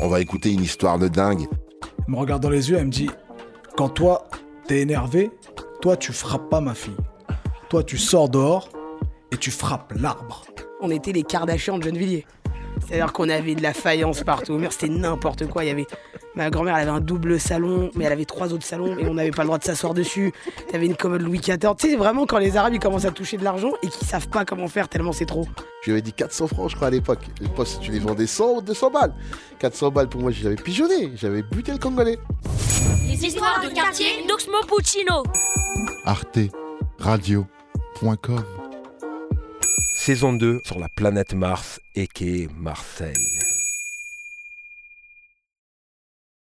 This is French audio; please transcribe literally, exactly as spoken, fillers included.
On va écouter une histoire de dingue. Elle me regarde dans les yeux, elle me dit « Quand toi, t'es énervé, toi, tu frappes pas ma fille. Toi, tu sors dehors et tu frappes l'arbre. » On était les Kardashians de Gennevilliers. C'est-à-dire qu'on avait de la faïence partout. Merde, c'était n'importe quoi. Il y avait... Ma grand-mère, elle avait un double salon, mais elle avait trois autres salons et on n'avait pas le droit de s'asseoir dessus. T'avais une commode Louis quatorze. Tu sais, vraiment, quand les Arabes ils commencent à toucher de l'argent et qu'ils savent pas comment faire tellement c'est trop. Je lui avais dit quatre cents francs, je crois, à l'époque. Les postes, tu les vendais cent ou deux cents balles. quatre cents balles, pour moi, j'avais pigeonné. J'avais buté le Congolais. Les histoires de quartier d'Oxmo Puccino. arte radio point com Saison deux sur la planète Mars et qu'est Marseille.